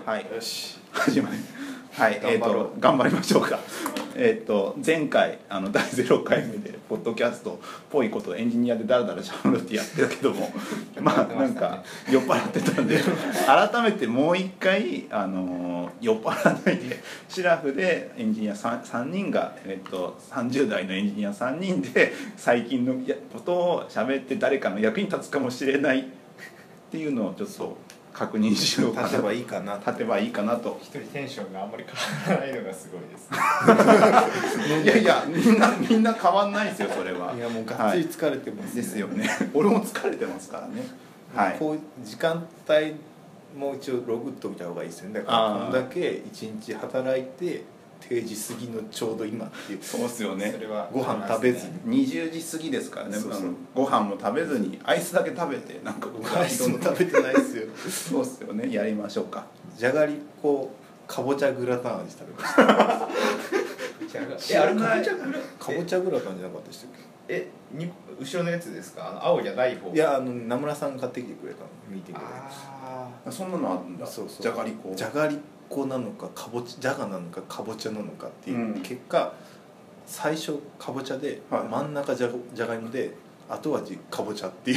はい、 よし始まり。はい、頑張りましょうか。前回第0回目でポッドキャストっぽいことをエンジニアでダラダラしゃべるってやってたけどもまあなんか酔っ払ってたんで改めてもう一回酔っ払わないでシラフでエンジニア 3人が、30代のエンジニア3人で最近のことをしゃべって誰かの役に立つかもしれないっていうのをちょっと確認しようかな。 立てばいいかなと。 一人テンションがあんまり変わらないのがすごいですね。 いやみんな変わんないですよそれは。 いやもうがっつり疲れてます、 ね、ですよね。俺も疲れてますからね。はい。 こう時間帯も一応ログっと見た方がいいですよね。だからこんだけ一日働いて定時過ぎのちょうど今っていう。 そうですよね。 それはご飯食べずに 20時過ぎですからね。 そうご飯も食べずにアイスだけ食べてなんかアイスも食べてないですよ。 そうですよね。やりましょうか。 じゃがりこかぼちゃグラタン味食べました。 あれかぼちゃグラタンじゃなかったでしたっけ？ 後ろのやつですか？青じゃない方。 いや名村さん買ってきてくれたのミーティングで。 そんなのあるんだ。 そうじゃがりこ。 じゃがりこなのかじゃがなのかかぼちゃなのかっていう、結果最初かぼちゃで、真ん中じゃがいもで後味かぼちゃっていう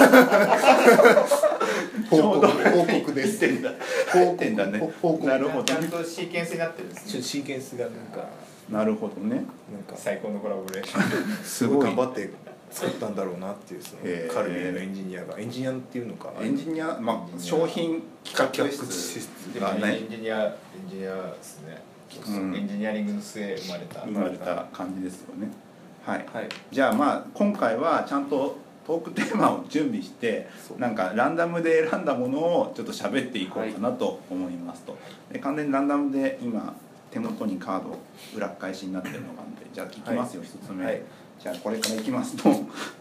報告です。 報告だね。なるほど。 ちゃんとシーケンスになってるんですね。 シーケンスがなんかなるほどね。 なんか最高のコラボレーション。 すごい頑張って作ったんだろうなっていうそのカルビーのエンジニアっていうのかな。 エンジニア商品企画室がね。エンジニアですね。エンジニアリングの末生まれた感じですよね。はい。じゃあ今回はちゃんとトークテーマを準備してなんかランダムで選んだものをちょっと喋っていこうかなと思いますと。で完全にランダムで今手元にカード裏返しになってるのがあるんで、じゃあいきますよ、1つ目。じゃあこれからいきますと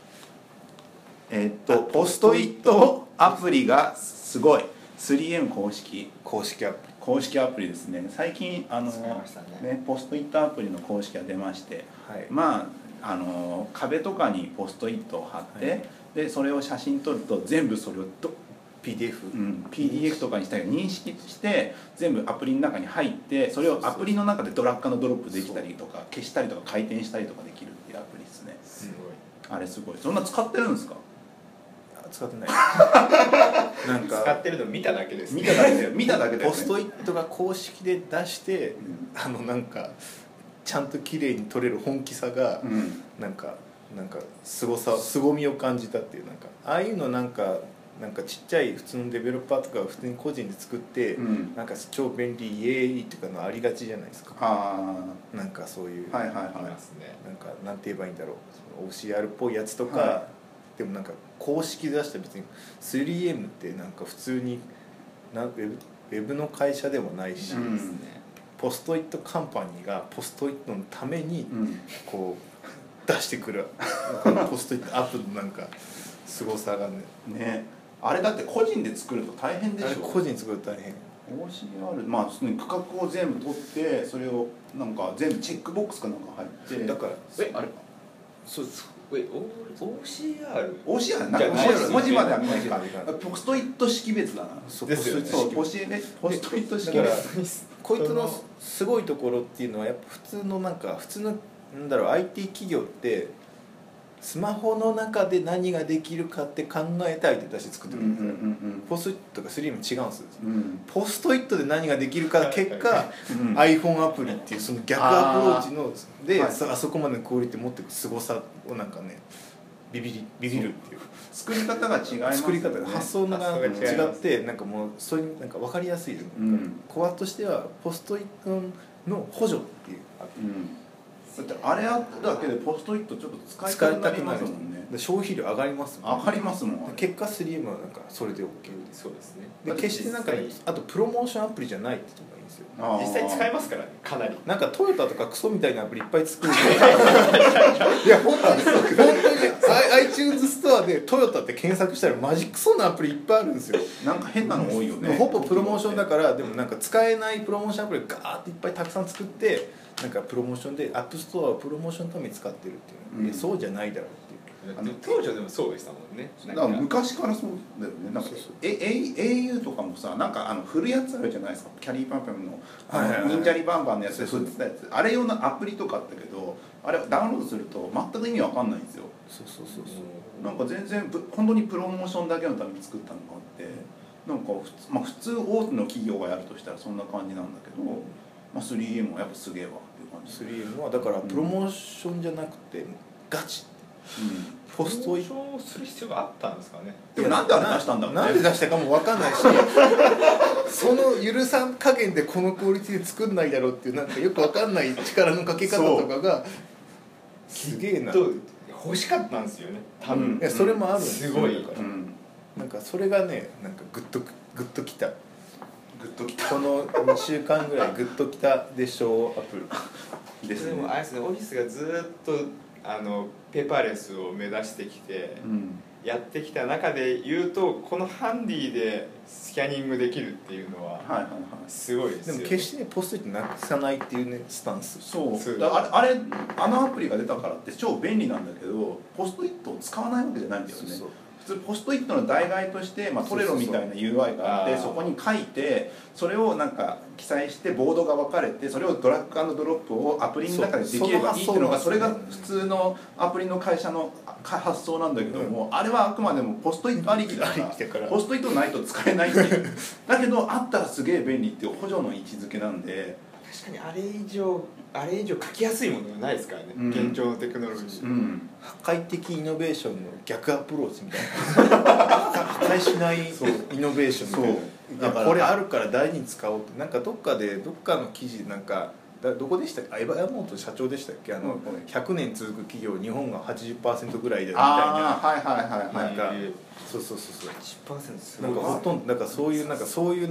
ポストイットアプリがすごい 3M 公式アプリですね。最近ポストイットアプリの公式が出まして、壁とかにポストイットを貼って、でそれを写真撮ると全部それをPDF とかにしたり認識して全部アプリの中に入って、それをアプリの中でドラッグ&ドロップできたりとか消したりとか回転したりとかできるっていうアプリですね。 すごい。 あれすごい。そんな使ってるんですか？ 使ってないなんか使ってるの見ただけです。 見ただけでポストイットが公式で出して、なんかちゃんと綺麗に撮れる本気さが、なんか凄みを感じたっていう。なんかああいうのなんかちっちゃい普通のデベロッパーとか普通に個人で作って、なんか超便利イエーイとかのありがちじゃないですか。なんかそういうありますね。 なんかなんて言えばいいんだろう、その OCR っぽいやつとか、でもなんか公式で出した別に 3M ってなんか普通にウェブの会社でもないし、ポストイットカンパニーがポストイットのためにこう出してくるポストイットアプリのなんか凄さがね。 あれだって個人で作ると大変でしょ。 あれ個人で作ると大変。 OCR その区画を全部取ってそれをなんか全部チェックボックスかなんか入って、 だからあれそう OCR 文字まではないか。ポストイット識別だな。 そうポストイット識別。 こいつのすごいところっていうのはやっぱ普通のなんだろう IT 企業ってスマホの中で何ができるかって考えて相手出して作ってくるんですよ。ポストイットとか3M違うんですよ。ポストイットで何ができるか結果、iPhone アプリっていうその逆アプローチのであそこまでのクオリティ持っていく凄さをなんかねビビるっていう作り方が違いますよね。 作り方が発想が違ってなんかもうそれになんか分かりやすいコアとしてはポストイットの補助っていうアプリ。 だってあれあっただけでポストイットちょっと使いたくなりますもんね。 消費量上がりますもんね。 上がりますもん。 結果 3M はなんかそれで OK。 そうですね。 で決してなんかあとプロモーションアプリじゃないってとこがいいんですよ。 実際使えますからね、かなり。 なんかトヨタとかクソみたいなアプリいっぱい作るいや本当にiTunes ストアでトヨタって検索したらマジクソなアプリいっぱいあるんですよ。 なんか変なの多いよね。 ほぼプロモーションだから。でもなんか使えないプロモーションアプリガーっていっぱいたくさん作ってなんかプロモーションでアップストアをプロモーションのために使ってるっていう、そうじゃないだろうっていう。 当時でもそうでしたもんね。 だから昔からそうだよね。なんかそうそう au とかもさ、なんか振るやつあるじゃないですか。キャリーパンパンのはいはいはい忍者リバンバンのやつで振ってたやつ、あれ用のアプリとかあったけど、あれダウンロードすると全く意味わかんないんですよ。 そうそうそうそうなんか全然本当にプロモーションだけのために作ったのがあって、なんか普通大手の企業がやるとしたらそんな感じなんだけど、3M もやっぱすげえわっていう感じ。 3M はだからプロモーションじゃなくてガチポストイットをする必要があったんですかね。 でもなんであれ出したんだろうね。 なんで出したかも分かんないしその許さん加減でこのクオリティで作んないだろうっていうなんかよく分かんない力のかけ方とかがすげえな。 と欲しかったんですよね多分。 いやそれもあるんですよ。 すごいだからうんなんかそれがねなんかグッときた。 グッときたこの2週間ぐらいグッときたでしょうアップルですね。 でもあれですね、オフィスがずっとペーパーレスを目指してきて、やってきた中で言うとこのハンディでスキャニングできるっていうのははいはいはい。 すごいですよね。 でも決してねポストイットなくさないっていうねスタンス。 そうあれあのアプリが出たからって超便利なんだけど、ポストイットを使わないわけじゃないんだよね。 そう普通ポストイットの代替として、トレロみたいな UI があって、そこに書いてそれをなんか記載してボードが分かれて、それをドラッグ&ドロップをアプリの中でできればいいっていうのが、それが普通のアプリの会社の発想なんだけども、あれはあくまでもポストイットありきだからポストイットないと使えないっていうだけどあったらすげえ便利っていう補助の位置づけなんで。 確かにあれ以上書きやすいものがないですからね、現状のテクノロジー、 破壊的イノベーションの逆アプローチみたいな破壊しないイノベーションみたいな。これあるから大事に使おうって、なんかどっかの記事なんかどこでしたっけ、エバヤモート社長でしたっけ、100年続く企業日本が 80% ぐらいだよみたいな。 はいはいはいはい。 なんかそう 8% すなんごい。 かほとんどなんかそういうなんか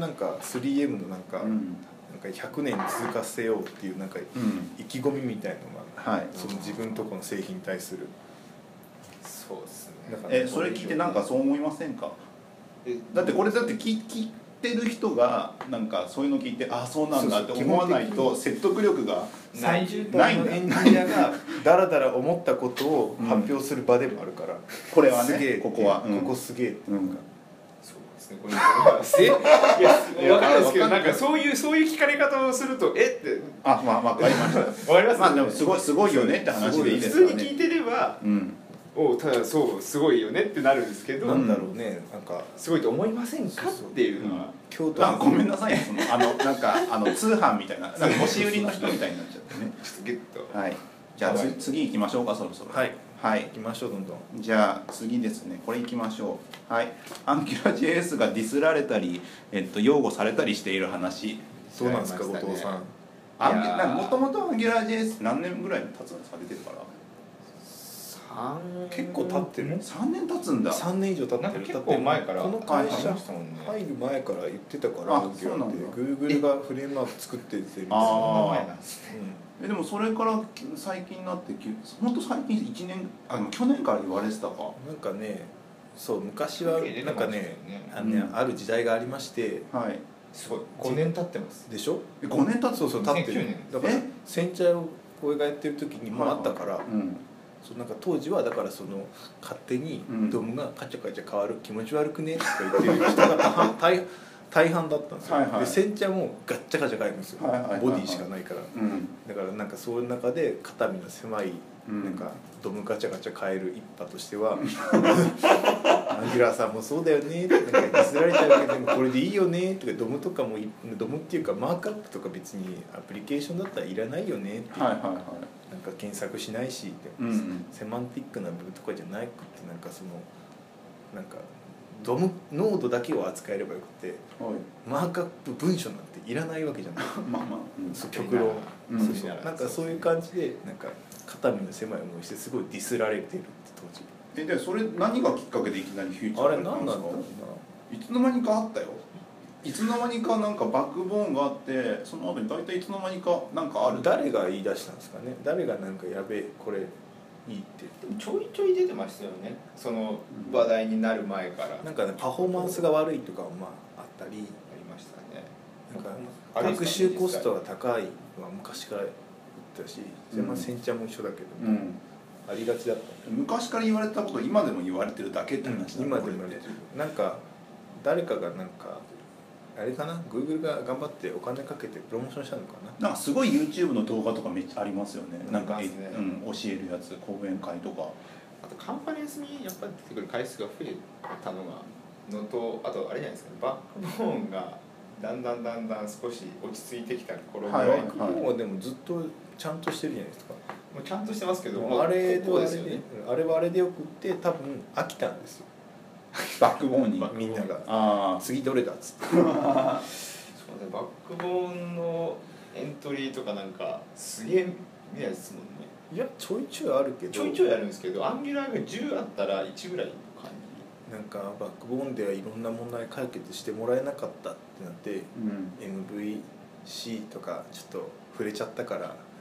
3M のなんか100年続かせようっていうなんか意気込みみたいのが、その自分とこの製品に対する。 そうですね。 それ聞いてなんかそう思いませんか。だってこれ聞いてる人がなんかそういうの聞いて、ああそうなんだって思わないと説得力がない 30代のエンジニアがダラダラ思ったことを発表する場でもあるから、 これはね、 すげえここは、 ここすげえってなんか。 そうですね。これいや分かるんですけど、なんかそういう聞かれ方をするとって。 分かりました。 分かります。 でもすごいよねって話でいいですよね。 普通に聞いてれば、ただそうすごいよねってなるんですけど、 なんだろうね、なんかすごいと思いませんかっていうのは。 京都ごめんなさいね、なんか通販みたいな、なんか押し売りの人みたいになっちゃってね。 ちょっとゲット。 はい。じゃあ次行きましょうか、そろそろ。 はいはい。 行きましょう、どんどん。 じゃあ次ですね、これ行きましょう。はい。AngularJS がディスられたり、擁護されたりしている話。 そうなんですか、後藤さん。 もともと AngularJS 何年ぐらい経つんですか、出てるから。 結構経ってる。 3年経つんだ。 3年以上経ってる。 結構前からこの会社入る前から言ってたから、 そうなんだ。 Google がフレームワーク作っててみたいな。 前なんですね。 でもそれから最近になって本当最近1年去年から言われてたか。 なんかね、そう昔はなんかね、ある時代がありまして、 はい。 すごい5年経ってますでしょ。 5年経つ。 そう経ってる。だからセンチャーをこれがやってる時にもあったから。そうなんか当時はだからその勝手にドムがカチャカチャ変わる、気持ち悪くねとか言ってる人が大半だったんですよ。でセンチャーもガッチャガチャ変えるんですよ。ボディしかないから。だからなんかそういう中で肩身の狭いなんかドムガチャガチャ変える一派としてはアンギュラーさんもそうだよね、なんかディスられちゃうけどでもこれでいいよねとか、ドムとかもドムっていうかマークアップとか別にアプリケーションだったらいらないよねっていう。なんか検索しないし、セマンティックな部分とかじゃなくて、なんかそのなんかドムノードだけを扱えればよくて、マークアップ文書なんていらないわけじゃない。極論。なんかそういう感じでなんか肩身の狭い思いしてすごいディスられてるって当時。 でそれ何がきっかけでいきなりフューチャーあれ何なんだろうな。いつの間にかあったよ。いつの間にかなんかバックボーンがあって、その後に大体いつの間にかなんかある。 誰が言い出したんですかね。誰がなんかやべえこれいいって。 でもちょいちょい出てましたよね、その話題になる前から。 なんかねパフォーマンスが悪いとかもまああったり。 ありましたね。 なんか学習コストが高いのは昔から言ったし、センチャーも一緒だけど、 ありがちだった。 昔から言われたこと今でも言われてるだけって話今でも言われてる。なんか誰かがなんかあれかな、Google が頑張ってお金かけてプロモーションしたのかな。 なんかすごい YouTube の動画とかめっちゃありますよね。なんか、 ありますね教えるやつ、講演会とか。 あとカンファレンスにやっぱり出てくる回数が増えたのと、あとあれじゃないですかね、バックボーンがだんだん少し落ち着いてきた頃ぐらい、 はいバックボーンはでもずっとちゃんとしてるじゃないですか。 もうちゃんとしてますけど、 もうあれこうですよね。 あれはあれでよくって多分飽きたんですよ。 バックボーンに。 みんながあ次どれだっつって。 そうね、バックボーンのエントリーとかなんかすげえ見ないですもんね。 いやちょいちょいあるけど、 ちょいちょいあるんですけど、アンギュラーが10あったら1ぐらいの感なんかバックボーンではいろんな問題解決してもらえなかったってなって、MVC とかちょっと触れちゃったから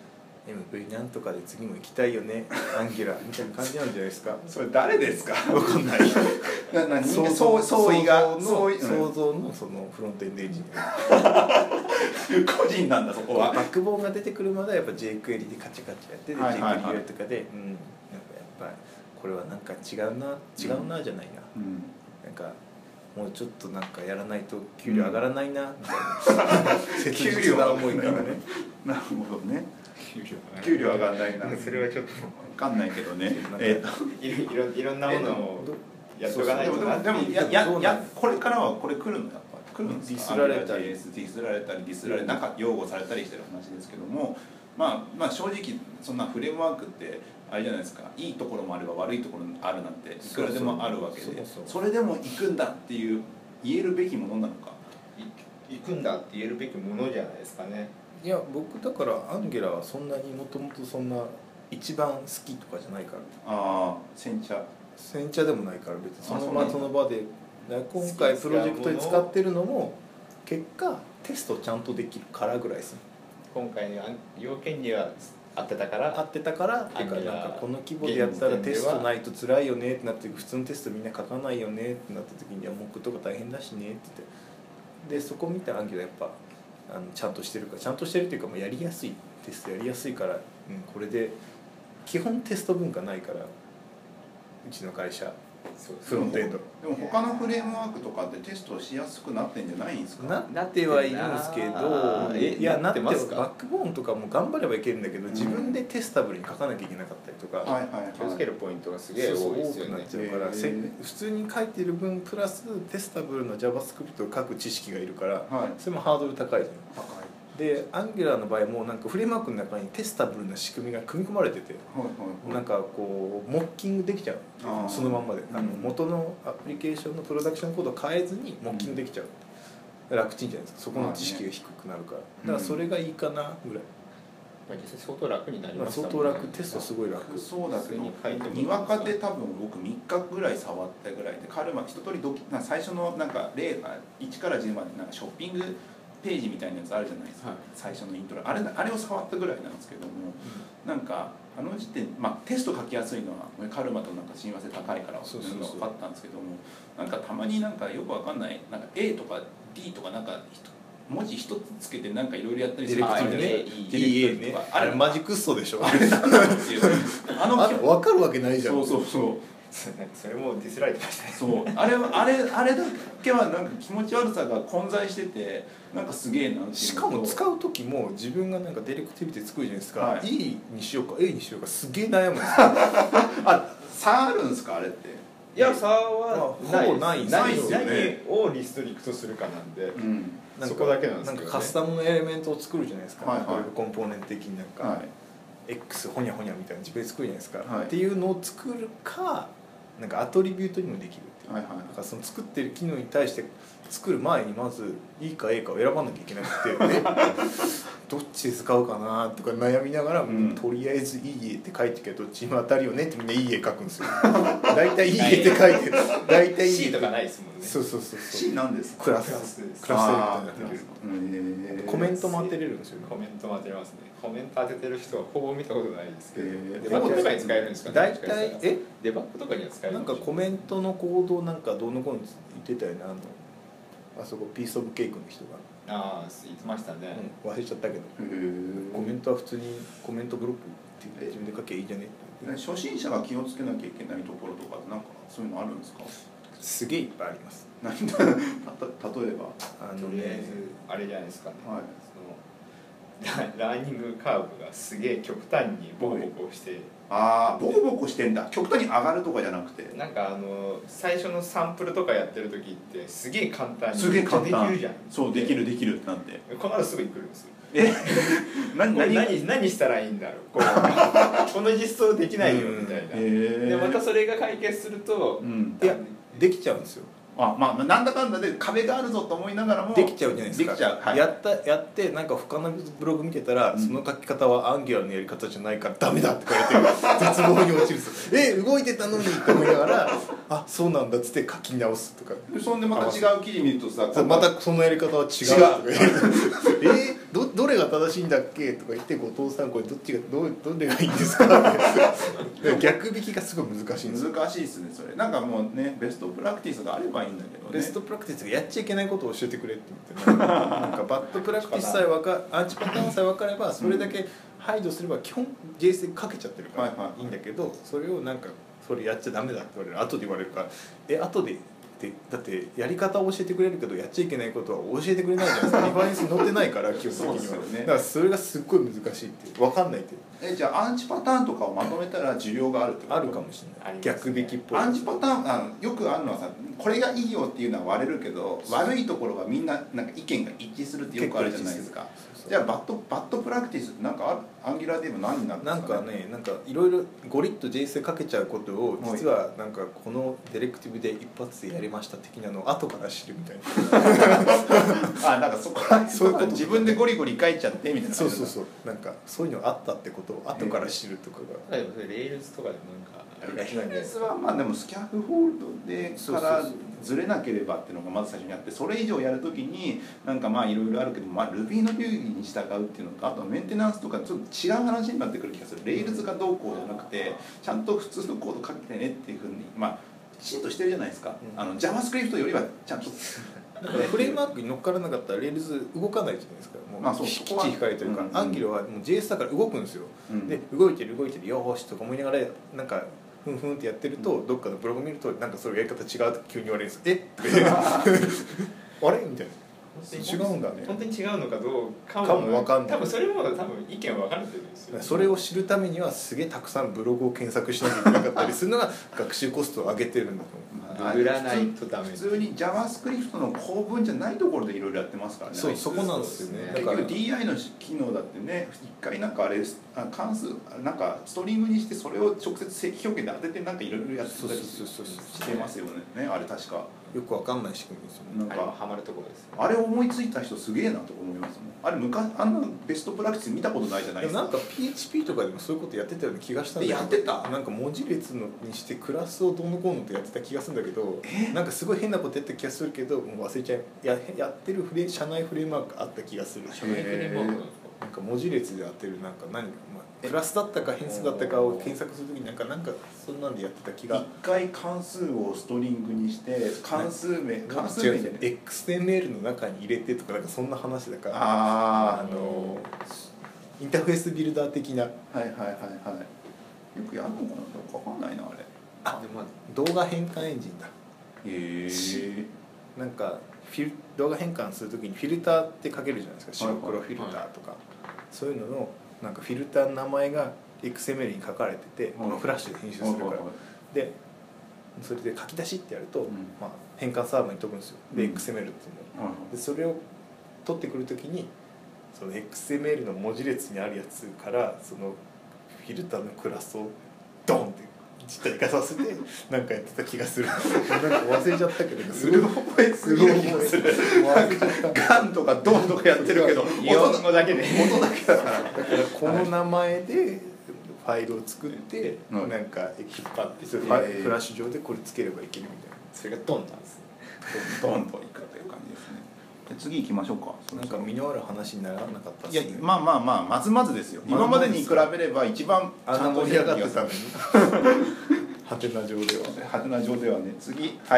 MV なんとかで次も行きたいよねアンギュラーみたいな感じなんじゃないですか。 それ誰ですか。 わかんない。 相違が想像のそのフロントエンドエンジニア個人なんだそこは。 バックボーンが出てくるまではやっぱ JQuery でカチャカチャやって、 はいはいはい JQuery とかで、なんかやっぱこれはなんか違うなじゃないな、なんかもうちょっとなんかやらないと給料上がらないなみたいな、切実な思いからね。 なるほどね。給料上がらないな。 それはちょっと分かんないけどね。 いろんなものをやっとかないとなって。 でもこれからはこれ来るのやっぱり来るんですか。 ディスられたりディスられたりなんか擁護されたりしてる話ですけども、まあ正直そんなフレームワークってあれじゃないですか。いいところもあれば悪いところもあるなんていくらでもあるわけで、それでも行くんだっていう言えるべきものなのか。 行くんだって言えるべきものじゃないですかね。 いや僕だからアンゲラはそんなにもともとそんな一番好きとかじゃないから。 ああ煎茶でもないから別にその場で今回プロジェクトで使ってるのも結果テストちゃんとできるからぐらいですね。 今回の要件には合ってたからっていうかなんかこの規模でやったらテストないと辛いよねってなって、普通のテストみんな書かないよねってなった時にはモックとか大変だしねって言って、でそこ見てアンギュラやっぱちゃんとしてるっていうかもうやりやすいテストやりやすいから、これで基本テスト文化ないからうちの会社フロントエンドでも他のフレームワークとかってテストしやすくなってんじゃないんですか。 なってはいるんですけど、いやなってますか。バックボーンとかも頑張ればいけるんだけど、自分でテスタブルに書かなきゃいけなかったりとか、 気をつけるポイントがすげえ多いですよね。 なっちゃうから普通に書いてる分プラステスタブルの JavaScript を書く知識がいるから、それもハードル高いじゃん。でアンギュラーの場合もなんかフレームワークの中にテスタブルな仕組みが組み込まれてて、なんかこうモッキングできちゃう、そのまんまで元のアプリケーションのプロダクションコードを変えずにモッキングできちゃう、楽ちんじゃないですか。そこの知識が低くなるから、だからそれがいいかなぐらい。 実際相当楽になりました相当楽、テストすごい楽。 そうだけどにわかで多分僕3日ぐらい触ったぐらいで、カルマ一通り最初のなんか例が1から10までなんかショッピングページみたいなやつあるじゃないですか、最初のイントロあれを触ったぐらいなんですけども、なんか時点テスト書きやすいのはカルマとなんか親和性高いから分かったんですけども、なんかたまになんかよくわかんないなんか A とか D とかなんか文字一つつけてなんかいろいろやったりするあれマジクッソでしょ。 あれなんなんですよ。 分かるわけないじゃん。 それもディスられてましたね。 そうあれだけはなんか気持ち悪さが混在してて、なんかすげえなっていうのと、 しかも使う時も自分がなんかディレクティビティ作るじゃないですか、E にしようか A にしようかすげえ悩むんですよ。 差あるんですかあれって。 いや差はほぼない何をリストリクトするかなんで、そこだけなんですけどね。 なんかカスタムのエレメントを作るじゃないですか、コンポーネント的になんか、X ホニャホニャみたいな自分で作るじゃないですか、っていうのを作るかなんかアトリビュートにもできるっていう、だからその作ってる機能に対して作る前にまずいいか A かを選ばなきゃいけなくて、どっちで使うかなとか悩みながら、とりあえずいい絵って書いてけどどっちも当たるよねってみんないい絵描くんですよ。大体いい絵って書いてる。大体いい C とかないですもんね。 そう C なんですか。 クラステルみたいになってる。コメントも当てれるんですよね。 コメントも当てれますね。コメント当ててる人はほぼ見たことないですけど、デバッグとかに使えるんですかね。 大体デバッグとかには使える。 なんかコメントのコードなんかどうのこうの言ってたよね、あそこピースオブケイクの人がああ言ってましたね、 忘れちゃったけどコメントは普通にコメントブロックって自分で書けばいいじゃねって。 初心者が気をつけなきゃいけないところとかなんかそういうのあるんですか？ すげえいっぱいあります。 例えばとりあえずあれじゃないですかね、 はい、 そのラーニングカーブがすげえ極端にボコボコして、 ああボコボコしてんだ。極端に上がるとかじゃなくて、 なんか最初のサンプルとかやってる時ってすげえ簡単にすげえ簡単できるじゃん。 そうできるってなんてこの後すぐに来るんですよ。何したらいいんだろうこの実装できないよみたいな。でまたそれが解決すると、 いやできちゃうんですよ。 まあなんだかんだで壁があるぞと思いながらもできちゃうじゃないですか。 できちゃう、はい、 やってなんか他のブログ見てたら、その書き方はアンギュラーのやり方じゃないからダメだって書いて絶望に落ちるんですよ。動いてたのにって思いながらあそうなんだっつって書き直すとか。 そんでまた違う記事見るとさまたそのやり方は違うとかどれが正しいんだっけとか言って後藤さんこれどれがいいんですかって逆引きがすごい難しいんですよ。 難しいですねそれ。なんかもうねベストプラクティスがあればいいんだけどね。 ベストプラクティスがやっちゃいけないことを教えてくれって言ってなんかバッドプラクティスさえアンチパターンさえ分かればそれだけ排除すれば基本 JS かけちゃってるからいいんだけど、それをなんかそれやっちゃダメだって言われる後で言われるから後でだってやり方を教えてくれるけどやっちゃいけないことは教えてくれないじゃないですか。リファレンスに載ってないから基本的には、ね、だからそれがすっごい難しいって分かんないってじゃあアンチパターンとかをまとめたら需要があるってこと？ あるかもしれない、逆引きっぽい。 アンチパターンよくあるのはさこれがいいよっていうのは割れるけど悪いところはみんななんか意見が一致するってよくあるじゃないですか。じゃあバッドプラクティスってなんかアンギュラーで言えば何になるんですかね。 なんかいろいろゴリッと JS でかけちゃうことを実はなんかこのディレクティブで一発でやりました的なのを後から知るみたいななんかそこらそういうこと自分でゴリゴリ書いちゃってみたいな。 そうなんかそういうのあったってことを後から知るとかが、 でもそれレールズとかでもなんかレールズはまあでもスキャフホールドでからずれなければっていうのがまず最初にあって、それ以上やるときになんかまあいろいろあるけど、Ruby の流儀に従うっていうのとあとメンテナンスとかちょっと違う話になってくる気がする。レールズがどうこうじゃなくてちゃんと普通のコード書けてねっていうふうにきちんとしてるじゃないですか。JavaScript よりはちゃんとだからフレームワークに乗っからなかったらレールズ動かないじゃないですか。もうきっちり控えというか、アンギュラーはもう JS だから動くんですよ、で動いてるよーしとか思いながらなんかふんふんってやってると、どっかのブログ見るとなんかそれやり方違うって急に言われるんですよ。あれみたいな。違うんだね。 本当に違うのかどうかも分かんない。 多分それも意見分かれてるんですよ。 それを知るためにはすげえたくさんブログを検索しなきゃいけなかったりするのが学習コストを上げてるんだと思う。 売らないとダメ。 普通に JavaScript の構文じゃないところでいろいろやってますからね。 そこなんですよね。 結局 DI の機能だってね、一回なんかあれ関数なんかストリングにしてそれを直接正規表現で当ててなんかいろいろやってたりしてますよね。あれ確かよくわかんない仕組みですよね。 なんかハマるところです。 あれ思いついた人すげえなと思いますもん。あれあんなベストプラクティス見たことないじゃないですか。 なんか PHP とかでもそういうことやってたような気がしたんだけど。 やってた。 なんか文字列のにしてクラスをどうのこうのってやってた気がするんだけど、なんかすごい変なことやった気がするけど、もう忘れちゃう。やってる社内フレームワークあった気がする。 社内フレームワークなんか文字列で当てるなんかクラスだったか変数だったかを検索するときになんかそんなんでやってた気が。 一回関数をストリングにして関数名じゃない XML の中に入れてとかなんかそんな話だから、インターフェースビルダー的な。よくやるのかな。分かんないなあれ。 でも動画変換エンジンだ。なんか動画変換するときにフィルターって書けるじゃないですか。白黒フィルターとか、そういうののなんかフィルターの名前が XML に書かれてて、フラッシュで編集するから、でそれで書き出しってやると、変換サーバーに飛ぶんですよ。で XML っていうのでそれを取ってくるときにその XML の文字列にあるやつからそのフィルターのクラスをドンって実体化させてなんかやってた気がする。なんか忘れちゃったけどすごい覚えすぎる気がする。ガンとかドンとかやってるけど日本語だけで元だけだからこの名前でファイルを作ってなんか引っ張ってフラッシュ上でこれつければいけるみたいな。 それがドンなんですね。 ドンといくという感じですね。次行きましょうか。 なんか身のある話にならなかったですね。いやまずですよ。今までに比べれば一番盛り上がってたのにハテナ上ではハテナ上ではね。次、はい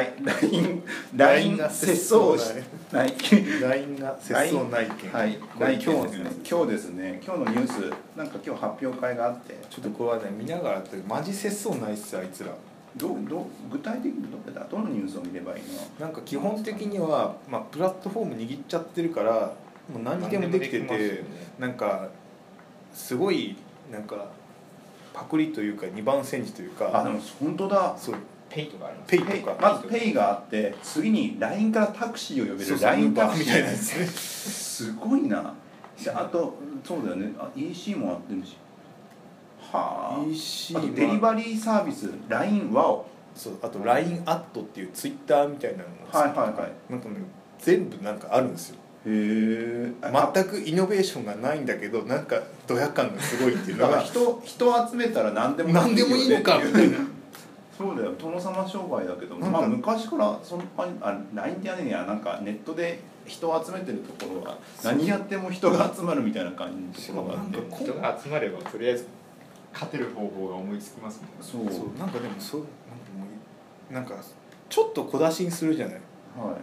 、LINE が節操しない LINE が節操ない件、 はい、 これ今日ですね。 今日ですね、今日のニュース、なんか今日発表会があって、 ちょっとこれはね見ながらってマジ節操ないっすよあいつら。 具体的にどのニュースを見ればいいの？ なんか基本的には、まあ、プラットフォーム握っちゃってるからもう何にでもできてて、なんかすごいなんかパクリというか二番煎じというか。 あ、でも本当だ。 そうペイとかあります。 ペイとかまずペイがあって、次に LINE からタクシーを呼べる LINE タクシーみたいなやつね。 すごいな。であとそうだよね、EC もあってるし、はあ、 EC あとデリバリーサービス LINE ワオ、 そう、あと LINE アットっていうツイッターみたいなのがはいはいはい、 なんかね全部なんかあるんですよ。 へえ。 全くイノベーションがないんだけどなんかドヤ感がすごいっていうのがだから人を集めたら何でも何でもいいのかみたいな。 そうだよ、殿様商売だけど、 なんかまあ昔からそのLINE ってやねんや、なんかネットで人を集めてるところは何やっても人が集まるみたいな感じのところがあって、 なんか人が集まればとりあえず勝てる方法が思いつきますもんね。 そうなんかでもなんかちょっと小出しにするじゃない。 はい、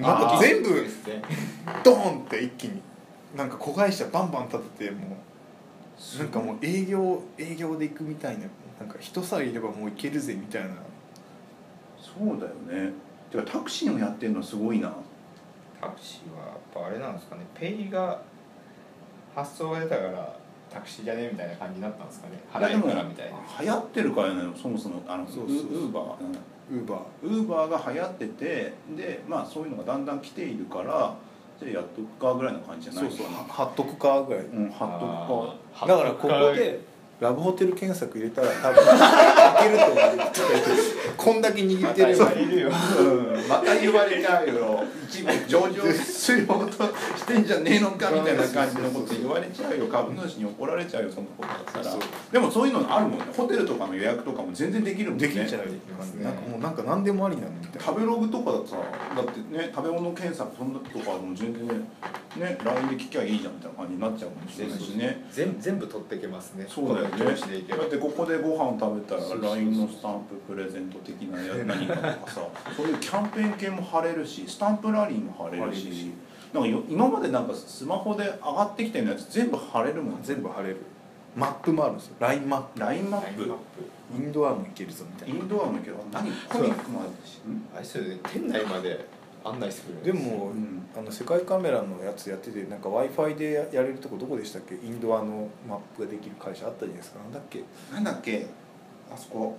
なんか全部ですね。 ドーンって一気になんか子会社バンバン立ててもうなんかもう営業で行くみたいな、なんか人さえいればもういけるぜみたいな。 そうだよね。てかタクシーもやってるのすごいな。 タクシーはやっぱあれなんですかね、ペイが発想が出たからタクシーじゃねみたいな感じになったんですかね。払えるからみたいな。 流行ってるからね、そもそもそうウーバーが流行ってて、でまあそういうのがだんだん来ているから、じゃあやっとくかぐらいの感じじゃないですかね。 貼っとくかぐらい、 貼っとくか。 だからここでラブホテル検索入れたら多分いけると思う。こんだけ握ってれば、 また言われちゃうよ。一部上場しようとしてんじゃねえのかみたいな感じのこと言われちゃうよ。株主に怒られちゃうよ、そのことだったら。でもそういうのあるもんね。ホテルとかの予約とかも全然できるもんね。 できちゃう。なんかもうなんか何でもありなのみたいな。 食べログとかだってさ、だってね、食べ物検索そんなとかも全然ね LINE で聞きゃいいじゃんみたいな感じになっちゃうかもしれないしね。 全部取っていけますね。 そうだよね。 調子でいけばだってここでご飯食べたら LINE のスタンププレゼント的な何かとかさ、そういうキャンペーン系も貼れるし、スタンプラリーも貼れるし、なんか今までなんかスマホで上がってきたようなやつ全部貼れるもん。 全部貼れる。マップもあるんですよ。LINE マップ。 LINE マップ。 インドアもいけるぞみたいな。 インドアもいける。何コミックもあるし。 あれですよね、店内まで案内してくれる。 でも、世界カメラのやつやってて、なんか Wi-Fi でやれるとこどこでしたっけ？インドアのマップができる会社あったじゃないですか。 なんだっけあそこ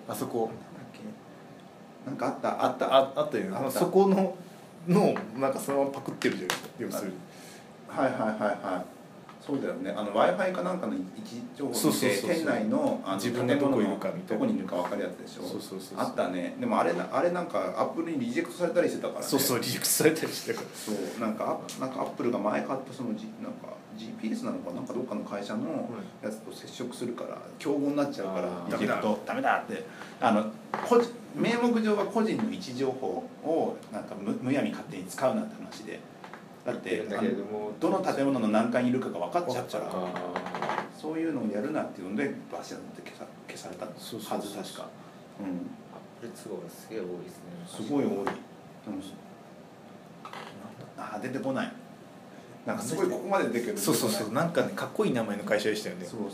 なんかあったよね。そこのなんかそのままパクってるじゃないですか。要するに。 はいそうだよね。Wi-Fi かなんかの位置情報を見て店内の自分がどこいるかみたいな、 どこにいるか分かるやつでしょ。 そうあったね。でもあれなんかアップルにリジェクトされたりしてたからね。 そうリジェクトされたりしてたから。 そうなんかアップルが前買ったそのなんか GPS なのかなんかどっかの会社のやつと接触するから競合になっちゃうからリジェクトダメだって名目上は個人の位置情報をなんかむやみ勝手に使うなんて話で。だってどの建物の何階にいるかが分かっちゃうからそういうのをやるなっていうのでバシャンって消されたはず確か。 アップル都合がすげえ多いですね。 すごい多い。出てこない。なんかすごいここまで出てくる。 そうなんかねかっこいい名前の会社でしたよね。 そう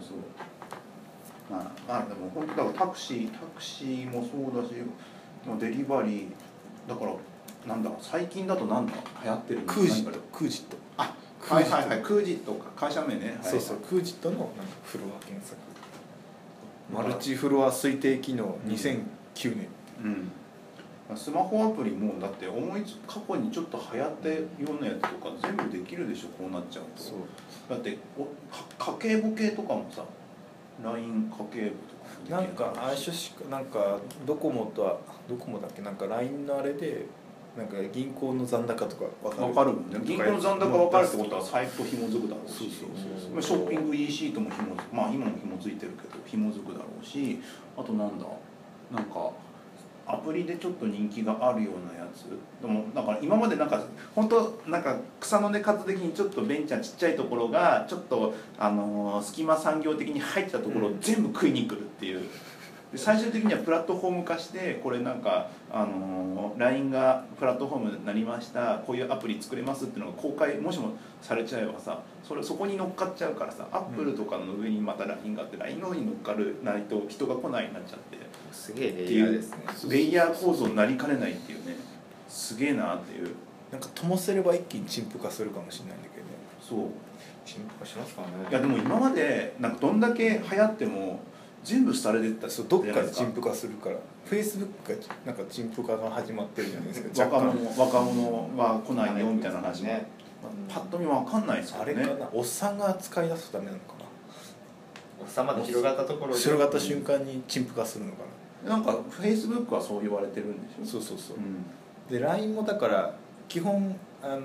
まあでも本当だからタクシーもそうだし、デリバリーだからなんだ最近だとなんだ流行ってるクージットクージットか会社名ね。 そうクージットのなんかフロア検索マルチフロア推定機能2009年。 スマホアプリもだって過去にちょっと流行ったようなやつとか全部できるでしょ。こうなっちゃうと。だって家計簿系とかもさ LINE 家計簿とかなんかなんかドコモだっけ、なんか LINE のあれでなんか銀行の残高とか分かるもんね。銀行の残高分かるってことは財布と紐づくだろうし、ショッピング EC とも今も紐づいてるけど紐づくだろうし、あとなんかアプリでちょっと人気があるようなやつでもだから今までなんか本当なんか草の根活的にちょっとベンチャーちっちゃいところがちょっと隙間産業的に入ったところを全部食いに来るっていうで最終的にはプラットフォーム化して、これなんかLINE がプラットフォームになりました、こういうアプリ作れますっていうのが公開もしもされちゃえばさ、そこに乗っかっちゃうからさ、アップルとかの上にまた LINE があって、LINE の上に乗っかるないと人が来ないになっちゃって、 すげえレイヤーですね。 レイヤー構造になりかねないっていうね、すげえなっていう。 なんかともすれば一気に陳腐化するかもしれないんだけどね。 そう陳腐化しますかね。 いやでも今までなんかどんだけ流行っても全部されてった。 そう、どっかで陳腐化するから、Facebook がなんか陳腐化が始まってるじゃないですか。若者は来ないよみたいな話ね。パッと見分かんないですよね。 あれかな、おっさんが使い出すとダメなのかな。 おっさんまで広がったところで広がった瞬間に陳腐化するのかな。 なんか Facebook はそう言われてるんでしょ。 そう、で LINE もだから基本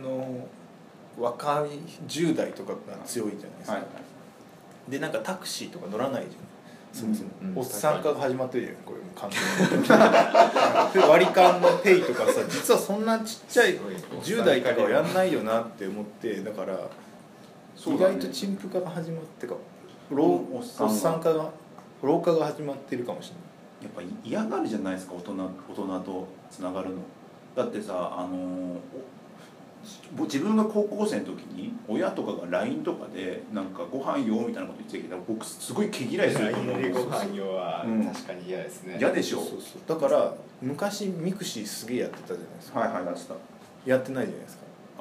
若い10代とかが強いじゃないですか、でなんかタクシーとか乗らないじゃん、そもそも、おっさん化が始まってるじゃん、これも完全に割り勘のペイとかさ、実はそんなちっちゃい10代とかはやんないよなって思って、だから意外と陳腐化が始まってか、おっさん化が老化が始まってるかもしれない。 やっぱ嫌がるじゃないですか、大人とつながるの。だってさ、自分が高校生の時に親とかが LINE とかでなんかご飯よみたいなこと言ってきたら、僕すごい毛嫌いすると思う。 LINE でご飯よは確かに嫌ですね。 嫌でしょ。 そうだから昔ミクシーすげえやってたじゃないですか。 はい、出した。 やってないじゃないですか。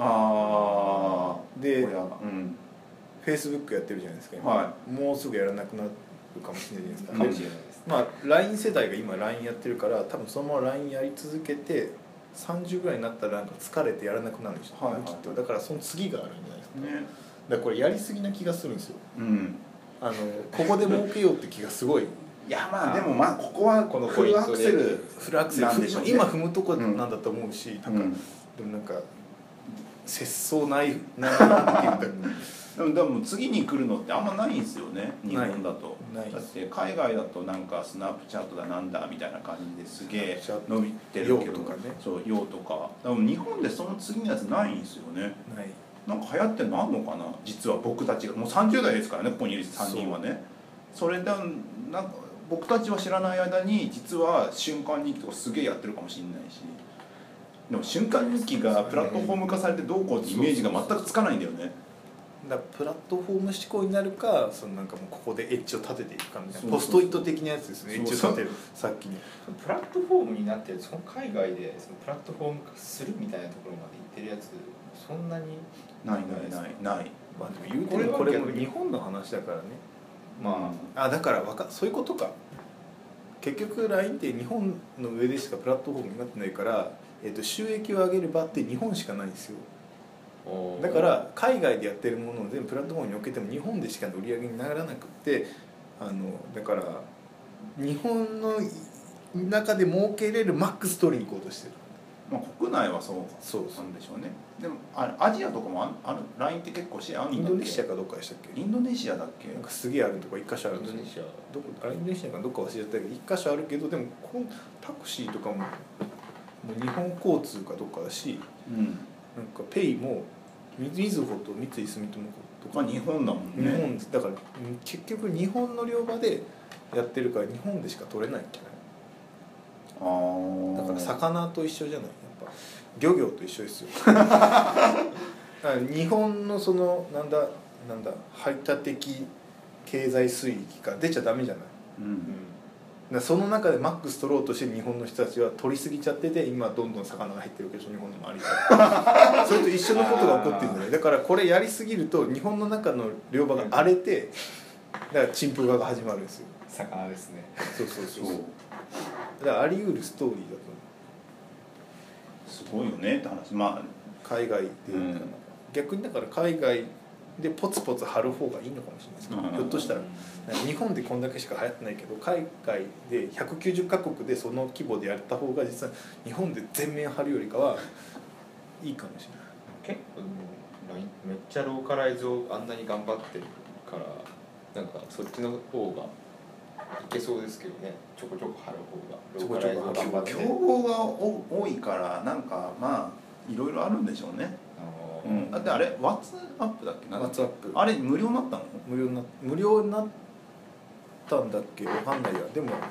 で、Facebook やってるじゃないですか、 はもうすぐやらなくなるかもしれないじゃないですか、 まあ LINE 世代が今 LINE やってるから、多分そのまま LINE やり続けて30ぐらいになったらなんか疲れてやらなくなるんですよ、きっと。だからその次があるんじゃないですか、 ね、 だからこれやりすぎな気がするんですよ、 ここで儲けようって気がすごい。 いやまあでもまあここはこのフルアクセルなんでしょうね、今踏むとこなんだと思うし、なんかでもなんか節操ないなって言ったでも次に来るのってあんまないんですよね、日本だと。 ないだって海外だとなんかスナップチャットだなんだみたいな感じですげえ伸びてるけど、そう用とか、でも日本でその次のやつないんですよね。 ない。 なんか流行ってるのあんのかな、実は僕たちがもう30代ですからね、ここにいる3人はね。それでなんか僕たちは知らない間に実は瞬間日記とかすげえやってるかもしれないし、でも瞬間日記がプラットフォーム化されてどうこうってイメージが全くつかないんだよね。 だプラットフォーム思考になるか、そのなんかもうここでエッジを立てていくかみたいな、ポストイット的なやつですね。エッジを立てる、さっきにプラットフォームになってる、その海外でそのプラットフォーム化するみたいなところまで行ってるやつそんなにない。 まあでも言うてもこれも日本の話だからね。 まあだからそういうことか。結局 LINE って日本の上でしかプラットフォームになってないから、収益を上げる場って日本しかないんですよ。だから海外でやってるものを全部プラットフォームに置けても日本でしか売り上げにならなくて、だから日本の中で儲けれるマックス取りに行こうとしてる。 まあ国内はそうなんでしょうね。でもアジアとかもLINE って結構シェアあるんだっけ。 インドネシアかどっかでしたっけ。 インドネシアだっけ。 なんかすげえあるとこ一箇所あるんですよ。 インドネシアインドネシアかどっか忘れちゃったけど一箇所あるけど、でもタクシーとかも日本交通かどっかだし、なんかペイもみずほと三井住友とか、 日本だもんね。 日本だから結局日本の両場でやってるから日本でしか取れないんじゃない。だから魚と一緒じゃない、やっぱ漁業と一緒ですよ。日本のそのなんだ排他的経済水域から出ちゃダメじゃない。その中でマックス取ろうとして日本の人たちは取りすぎちゃってて、今どんどん魚が入ってるけど日本の周りからそれと一緒のことが起こってるんじゃない。だからこれやりすぎると日本の中の漁場が荒れて、だから陳腐化が始まるんですよ。 魚ですね。 そうだからあり得るストーリーだと思う。 すごいよねって話。まあ海外で、逆にだから海外でポツポツ張る方がいいのかもしれないですけど、ひょっとしたら日本でこんだけしか流行ってないけど海外で190カ国でその規模でやった方が実は日本で全面張るよりかはいいかもしれない。 結構めっちゃローカライズをあんなに頑張ってるからなんかそっちの方がいけそうですけどね。ちょこちょこ張る方がローカライズを頑張って競合が多いからなんかまあいろいろあるんでしょうね。だってあれ WhatsApp だっけ。 WhatsApp あれ無料になったの。 無料になったんだっけ、わかんないや。でも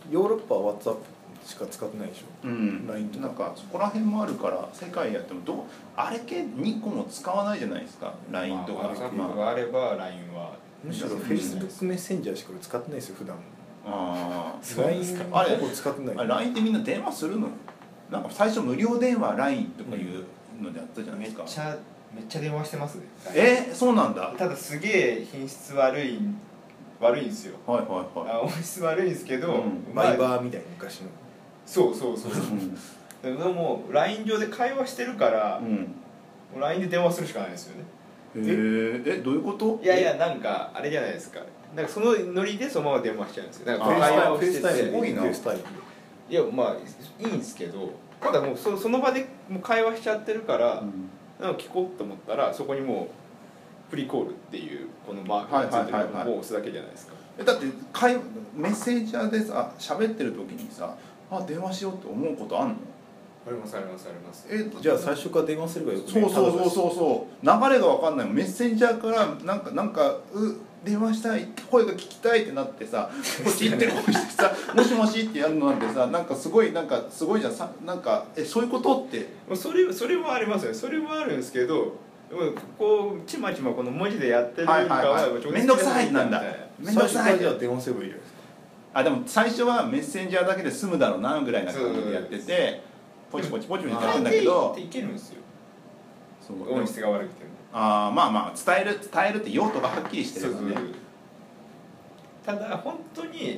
ヨーロッパは WhatsApp しか使ってないでしょ、 うん、 LINE とかなんかそこら辺もあるから世界やってもあれ系2個も使わないじゃないですか LINE とか、 WhatsApp があれば LINE はむしろ Facebook メッセンジャーしか使ってないですよ普段。 ああ LINE あれほぼ使ってない。 LINE ってみんな電話するの？なんか最初無料電話 LINE とかいうのでやったじゃないですか。 めっちゃ電話してますね。 そうなんだ。 ただすげえ品質悪いんですよ。 はいはいはい。 音質悪いんですけど、 マイバーみたいな昔の。 そう、でも LINE 上で会話してるから、LINE で電話するしかないですよね。 どういうこと？ いやなんかあれじゃないですか。なんかそのノリでそのまま電話しちゃうんですよ。なんか会話をしてて、 すごいな。 いやまあいいんですけど、ただもうその場でもう会話しちゃってるから、なんか聞こうと思ったらそこにもうプリコールっていうこのマークがついてるのを押すだけじゃないですか。 だってメッセージャーでさ喋ってる時にさ電話しようって思うことあんの？ ありますありますあります。 じゃあ最初から電話すればよくね。 そう流れが分かんない。メッセンジャーからなんか電話したい声が聞きたいってなってさこっち行ってこうしてさもしもしってやるのなんてさなんかすごいじゃんさなんかそういうことってそれもありますよね。それもあるんですけどこうちまちまこの文字でやってるよりかは面倒くさいなんだ。 面倒くさいじゃあ電話すればいいじゃないですか。 でも最初はメッセンジャーだけで済むだろうなぐらいな感じでやっててポチポチやってるんだけどいけるんですよ。 そう音質が悪くても。 まあ伝えるって用途がはっきりしてるよね。 ただ本当に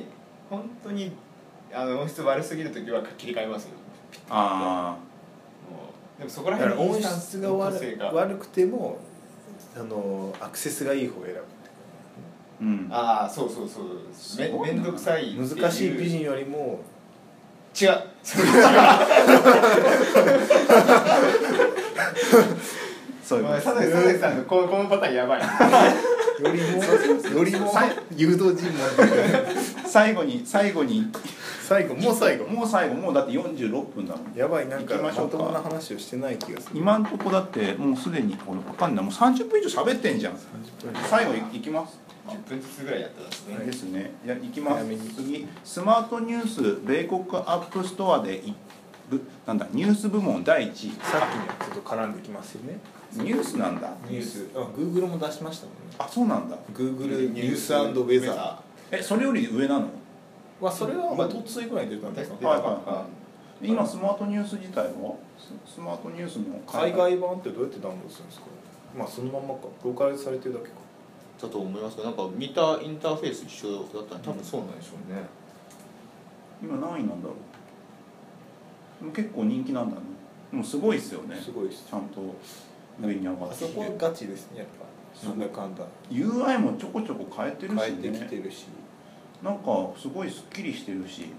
音質悪すぎる時は切り替えますよ。でもそこら辺の音質が悪くてもアクセスがいい方を選ぶ。 そうめんどくさい難しい美人よりも違うそういう佐々木さんのこのパターンやばいよりも誘導尋問最後もうだって46分だもん。 やばいなんかまともな話をしてない気がする。 今んとこだってもうすでに分かんないもう30分以上喋ってんじゃん。最後いきます。 10分ずつぐらいやったんですね。 ですね。いきます。次スマートニュース米国アップストアでなんだニュース部門第1位。 さっきにはちょっと絡んできますよね。 ニュースなんだ。 ニュースGoogle も出しましたもんね。 そうなんだ。 Google ニュース&ウェザー。それより上なの？ それはおとついぐらいに出たんですか。 今スマートニュース自体はスマートニュースの海外版ってどうやってダウンロードするんですか。そのまんまかローカライズされてるだけかだと思いますけど、なんか似たインターフェース一緒だったら多分そうなんでしょうね。 今何位なんだろう。結構人気なんだね。でもすごいですよね。 すごいです。 ちゃんと上に上がってそこはガチですねやっぱ。なんだかんだ UI もちょこちょこ変えてるしね。 変えてきてるしなんかすごいスッキリしてるし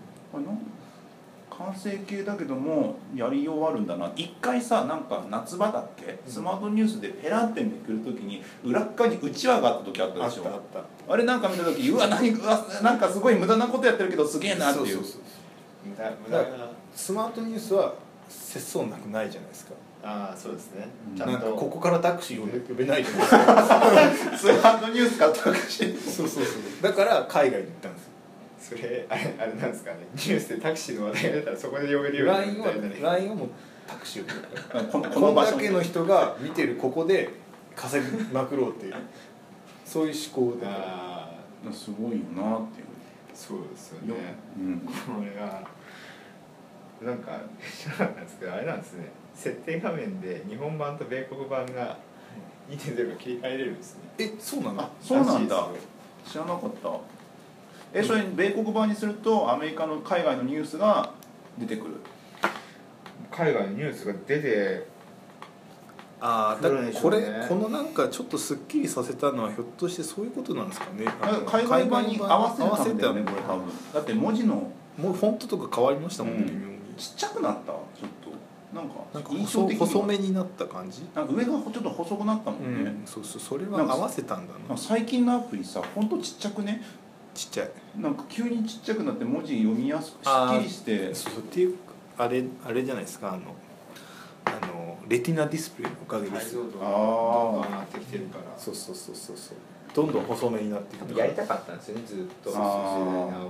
完成形だけどもやりようあるんだな。一回さなんか夏場だっけ、スマートニュースでペラってめくるときに裏側にうちわがあった時あったでしょ。あれなんか見た時なんかすごい無駄なことやってるけどすげえなっていう。 スマートニュースは節操なくないじゃないですか。 そうですね。 なんかここからタクシーを呼べないじゃないですか。 スマートニュースかタクシー。 そうだから海外に行ったんですよ。 それあれなんですかね。ニュースでタクシーの話題が出たらそこで呼べるようになったり。 LINE はもうタクシーをこんだけの人が見てるここで稼ぎまくろうっていうそういう思考ですごいよなっていう。 そうですよね。これがなんか知らなかったんですけどあれなんですね。設定画面で日本版と米国版が 2.0 が切り替えれるんですね。 そうなんだ。 そうなんだ。知らなかった。それ米国版にするとアメリカの海外のニュースが出てくる。 海外のニュースが出てだからこのなんかちょっとすっきりさせたのはひょっとしてそういうことなんですかね。 海外版に合わせたんだよねこれ多分。だって文字のもうフォントとか変わりましたもんね。 ちっちゃくなったちょっと。なんか細めになった感じ。 なんか上がちょっと細くなったもんね。 それは合わせたんだな。 最近のアプリさフォントちっちゃくね。 ちっちゃい。 なんか急にちっちゃくなって文字読みやすくしっきりして。 っていうあれじゃないですかレティナディスプレイのおかげです。 どんどん上がってきてるから。 そうどんどん細めになっていく。 やりたかったんですよねずっと。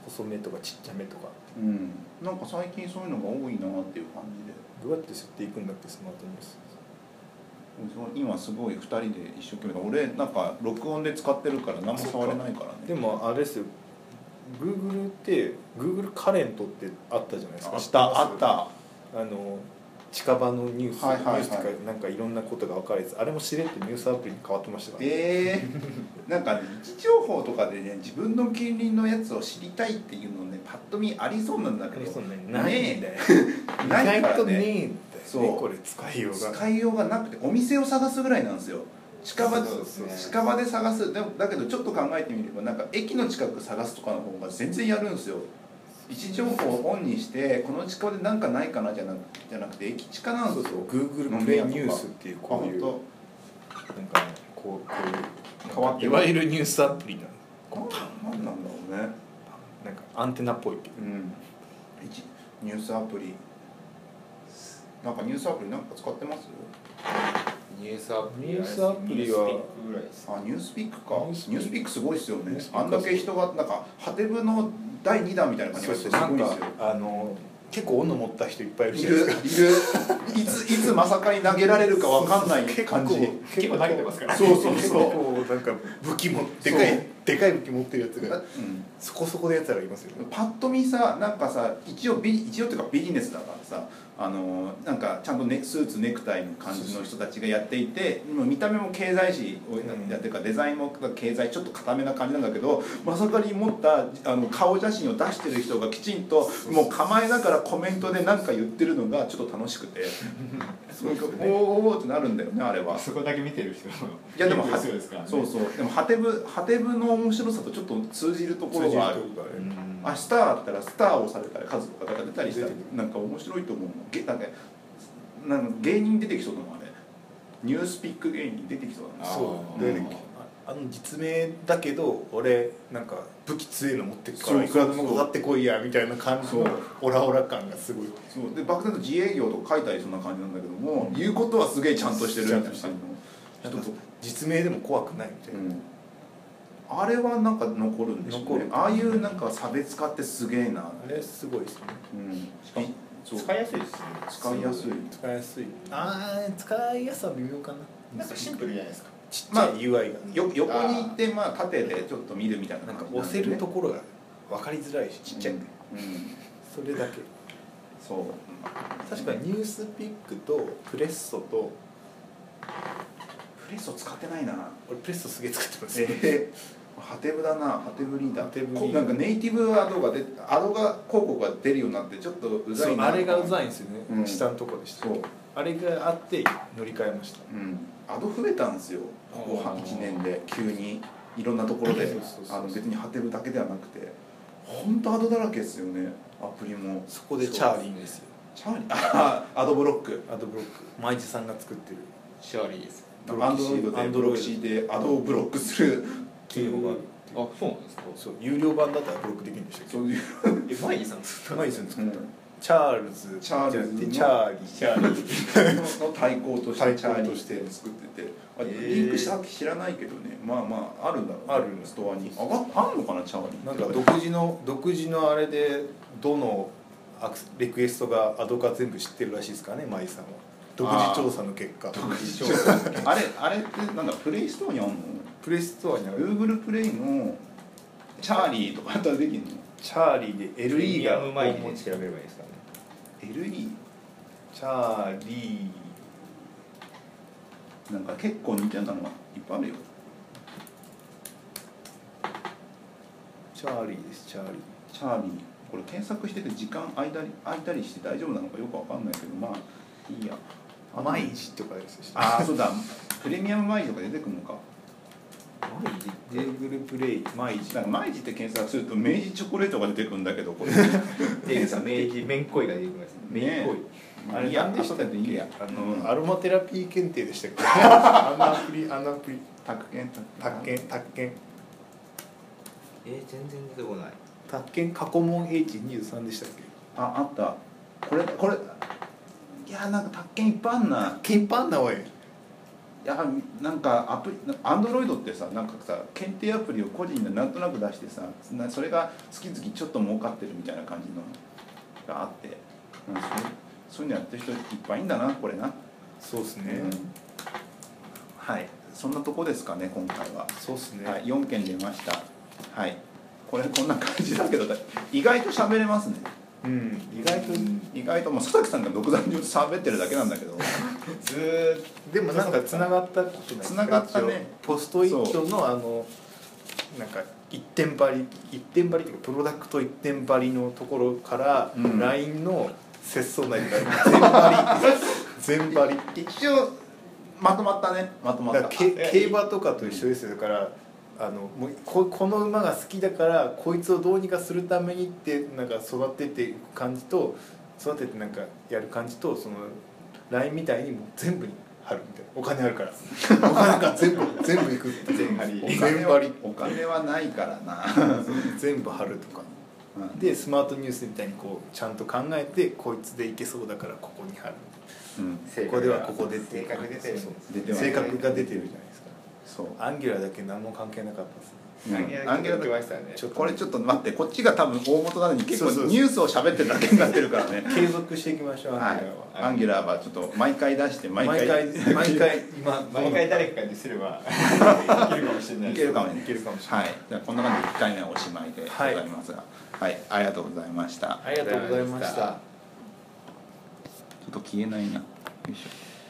細めとかちっちゃめとか。 なんか最近そういうのが多いなっていう感じで。 どうやって設定いくんだっけスマートニュース。 今すごい2人で一生懸命、俺なんか録音で使ってるから何も触れないからね。 でもあれですよ、 Google って Google カレントってあったじゃないですか。 あった近場のニュース、 はいはいはい、 ニュースとかなんかいろんなことが分かるやつ、あれもしれっとニュースアプリに変わってましたから、 なんかね、位置情報とかでね、自分の近隣のやつを知りたいっていうのね、パッと見ありそうなんだけど、 ないんだよ。 ないからね。 意外とねえんだよね、 そうこれ使いようが。 使いようがなくて、お店を探すぐらいなんですよ。近場で探す。でもだけどちょっと考えてみれば、なんか駅の近く探すとかの方が全然やるんですよ。位置情報をオンにしてこの近場で何かないかなじゃなくて駅近なんですよ。 Google プレイニュースっていうこういうなんかね、こういう変わっていわゆるニュースアプリなの。 何なんだろうね。 なんかアンテナっぽいけど、 ニュースアプリ、なんかニュースアプリなんか使ってます？ ニュースアプリはニュースアプリはニュースピックか。ニュースピックすごいですよね。あんだけ人がなんかハテブの第2弾みたいな感じがしてすごいですよ。 結構斧持った人いっぱいいるじゃないですか。 いつまさかに投げられるかわかんない感じ。 結構投げてますからね。 そうなんか武器もでかい武器持ってるやつがそこそこのやつらがいますよね。 パッと見さ、なんかさ、一応っていうかビジネスだからさ、なんかちゃんとスーツネクタイの感じの人たちがやっていて、見た目も経済誌をやってるからデザインも経済ちょっと固めな感じなんだけど、まさかに持った顔写真を出してる人がきちんともう構えながらコメントで何か言ってるのがちょっと楽しくて、おーってなるんだよね、あれは。 そこだけ見てる人いやでもですからね。 そうでもハテブの面白さとちょっと通じるところがある。スターあったらスターをされたら数とか出たりしたらなんか面白いと思う。なんか芸人出てきそうなのあれ、ニュースピック芸人出てきそうだな。 そうで、実名だけど俺なんか武器強いの持ってくからいくらでもかかってこいやみたいな感じのオラオラ感がすごい。 そうで漠然と自営業とか書いたりそんな感じなんだけども、言うことはすげえちゃんとしてるみたいな感じの人と、 実名でも怖くないみたいな。 あれはなんか残るんでしょうね。ああいうなんか差別化ってすげえな。 あれすごいですね。 使いやすいですね。 使いやすい。 使いやすさは微妙かな。 なんかシンプルじゃないですか。 ちっちゃい UI が横に行って縦でちょっと見るみたいななんか押せるところが分かりづらいしちっちゃいんで、それだけ。 そう確かにニュースピックとプレッソとプレッソ使ってないな。 俺プレッソすげえ使ってます。 ハテブだな。ハテブリーダー。 ななんかネイティブアドが広告が出るようになってちょっとうざいな。 あれがうざいんですよね。下のとこでした。あれがあって乗り換えました。 アド増えたんですよ。ここ1年で急にいろんなところで別にハテブだけではなくて本当アドだらけですよね。アプリもそこでチャーリーですよ。 チャーリーアドブロック舞地さんが作ってるチャーリーです。 アンドロイドでブロキシでアドをブロックする機能がある。 あ、そうなんですか。 そう有料版だったらブロックできるんでしたっけ。そういうマイさん作ったチャールズチャーリーの対抗としてチャーリーして作ってて、リンクした知らないけどね、まああるんだろうね。 あるストアにあるのかなチャーリー。 なんか独自のあれでどのリクエストがアドか全部知ってるらしいですからね、マイさんは。独自調査の結果。 あれってなんだプレイストアにあるの？ プレイストアにある。 Google プレイのチャーリーとかやったらできるの？ チャーリーで LE が前に調べればいいですかね。 LE チャーリーなんか結構似てるのがいっぱいあるよ。 チャーリーです。チャーリーこれ検索してて時間空いたりして大丈夫なのかよくわかんないけど、まあいいや。 マイジとかです。 そうだプレミアムマイジとか出てくるのか。 マイジって Google プレイマイジ。 なんかマイジって検索すると明治チョコレートが出てくるんだけど、これ明治めんこいが出てきますね。めんこい。 あれ何でしたっけ？ いいや。 アロマテラピー検定でしたっけ？あのアプリ宅建全然出てこない。 宅建過去問 H23 でしたっけ？ あったこれいやなんか宅建いっぱいあんな。 宅建いっぱいあんなおい。 いやなんかアプリアンドロイドってさなんかさ検定アプリを個人でなんとなく出してさそれが月々ちょっと儲かってるみたいな感じのがあって、そういうのやってる人いっぱいいんだなこれな。 そうですね、 はいそんなとこですかね今回は。 そうですね、 はい、4件出ました。はいこんな感じだけど意外と喋れますね。意外ともう佐々木さんが独断に喋ってるだけなんだけどでもなんかつながったことない。 つながったね。 ポストイットのなんか一点張りっていうかプロダクト一点張りのところから、LINE の節操内が全張り一応まとまったね。まとまった。 競馬とかと一緒ですよ。だからもうこの馬が好きだからこいつをどうにかするためにってなんか育てていく感じと育ててなんかやる感じとその LINE みたいにもう全部に貼るみたいな。お金あるからお金が全部いくって全張りお金はないからな全部貼るとか、でスマートニュースみたいにこうちゃんと考えてこいつでいけそうだからここに貼る、ここではここでって性格出てるんです性格が出てるじゃないですか。 そうアンギュラーだけ何も関係なかったですね。 アンゲラとこれちょっと待ってこっちが多分大元なのに結構ニュースを喋ってるだけになってるからね継続していきましょう。 アンギュラーはちょっと毎回出して毎回誰かにすればいけるかもしれない。 いけるかもしれない。はいじゃあこんな感じで1回目はおしまいでございますが、はいありがとうございました。 ありがとうございました。 ちょっと消えないな。よいしょ。